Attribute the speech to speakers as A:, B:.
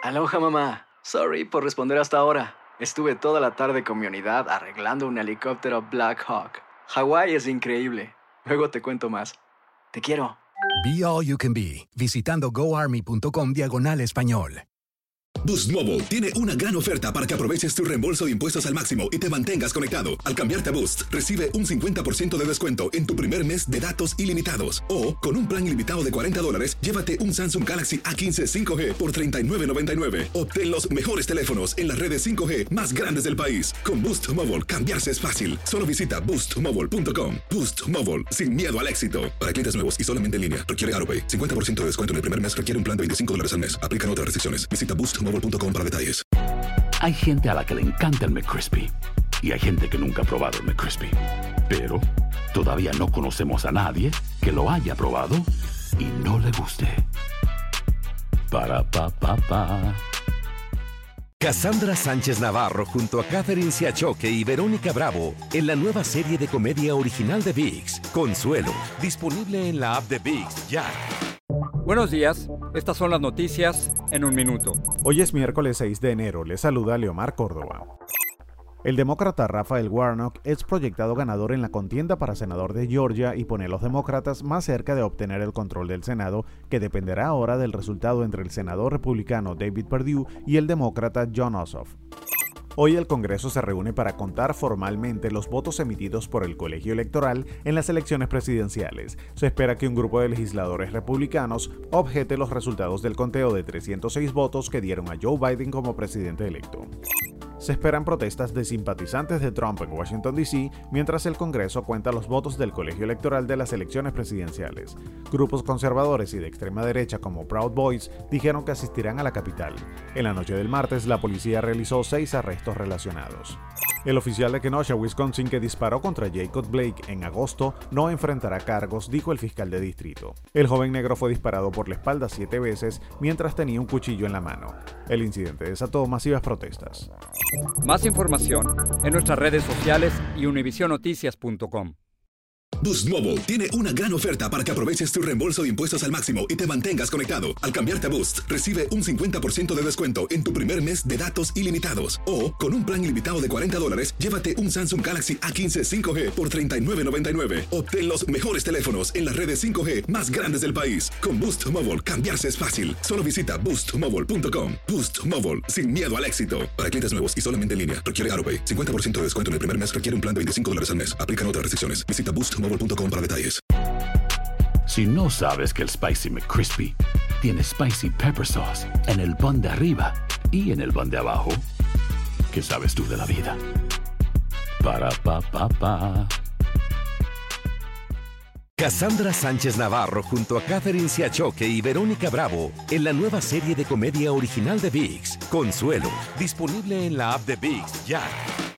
A: Aloha, mamá. Sorry por responder hasta ahora. Estuve toda la tarde con mi unidad arreglando un helicóptero Black Hawk. Hawái es increíble. Luego te cuento más. Te quiero.
B: Be All You Can Be, visitando goarmy.com/español.
C: Boost Mobile tiene una gran oferta para que aproveches tu reembolso de impuestos al máximo y te mantengas conectado. Al cambiarte a Boost, recibe un 50% de descuento en tu primer mes de datos ilimitados. O, con un plan ilimitado de $40, llévate un Samsung Galaxy A15 5G por $39.99. Obtén los mejores teléfonos en las redes 5G más grandes del país. Con Boost Mobile, cambiarse es fácil. Solo visita boostmobile.com. Boost Mobile, sin miedo al éxito. Para clientes nuevos y solamente en línea, requiere AroPay. 50% de descuento en el primer mes requiere un plan de $25 al mes. Aplican otras restricciones. Visita boostmobile.com para detalles.
D: Hay gente a la que le encanta el McCrispy y hay gente que nunca ha probado el McCrispy. Pero todavía no conocemos a nadie que lo haya probado y no le guste. Para pa pa pa.
E: Cassandra Sánchez Navarro junto a Catherine Siachoque y Verónica Bravo en la nueva serie de comedia original de ViX, Consuelo, disponible en la app de ViX ya.
F: Buenos días, estas son las noticias en un minuto.
G: Hoy es miércoles 6 de enero, les saluda Leomar Córdoba. El demócrata Raphael Warnock es proyectado ganador en la contienda para senador de Georgia y pone a los demócratas más cerca de obtener el control del Senado, que dependerá ahora del resultado entre el senador republicano David Perdue y el demócrata Jon Ossoff. Hoy el Congreso se reúne para contar formalmente los votos emitidos por el colegio electoral en las elecciones presidenciales. Se espera que un grupo de legisladores republicanos objete los resultados del conteo de 306 votos que dieron a Joe Biden como presidente electo. Se esperan protestas de simpatizantes de Trump en Washington, D.C., mientras el Congreso cuenta los votos del colegio electoral de las elecciones presidenciales. Grupos conservadores y de extrema derecha como Proud Boys dijeron que asistirán a la capital. En la noche del martes, la policía realizó 6 arrestos relacionados. El oficial de Kenosha, Wisconsin, que disparó contra Jacob Blake en agosto, no enfrentará cargos, dijo el fiscal de distrito. El joven negro fue disparado por la espalda 7 veces mientras tenía un cuchillo en la mano. El incidente desató masivas protestas.
F: Más información en nuestras redes sociales y univisionoticias.com.
C: Boost Mobile tiene una gran oferta para que aproveches tu reembolso de impuestos al máximo y te mantengas conectado. Al cambiarte a Boost, recibe un 50% de descuento en tu primer mes de datos ilimitados. O, con un plan ilimitado de $40, llévate un Samsung Galaxy A15 5G por $39.99. Obtén los mejores teléfonos en las redes 5G más grandes del país. Con Boost Mobile, cambiarse es fácil. Solo visita boostmobile.com. Boost Mobile, sin miedo al éxito. Para clientes nuevos y solamente en línea, requiere AroPay. 50% de descuento en el primer mes requiere un plan de $25 al mes. Aplican otras restricciones. Visita boostmobile.com para detalles.
D: Si no sabes que el Spicy McCrispy tiene Spicy Pepper Sauce en el pan de arriba y en el pan de abajo, ¿qué sabes tú de la vida? Para pa pa pa.
E: Cassandra Sánchez Navarro junto a Catherine Siachoque y Verónica Bravo en la nueva serie de comedia original de ViX, Consuelo, disponible en la app de ViX ya.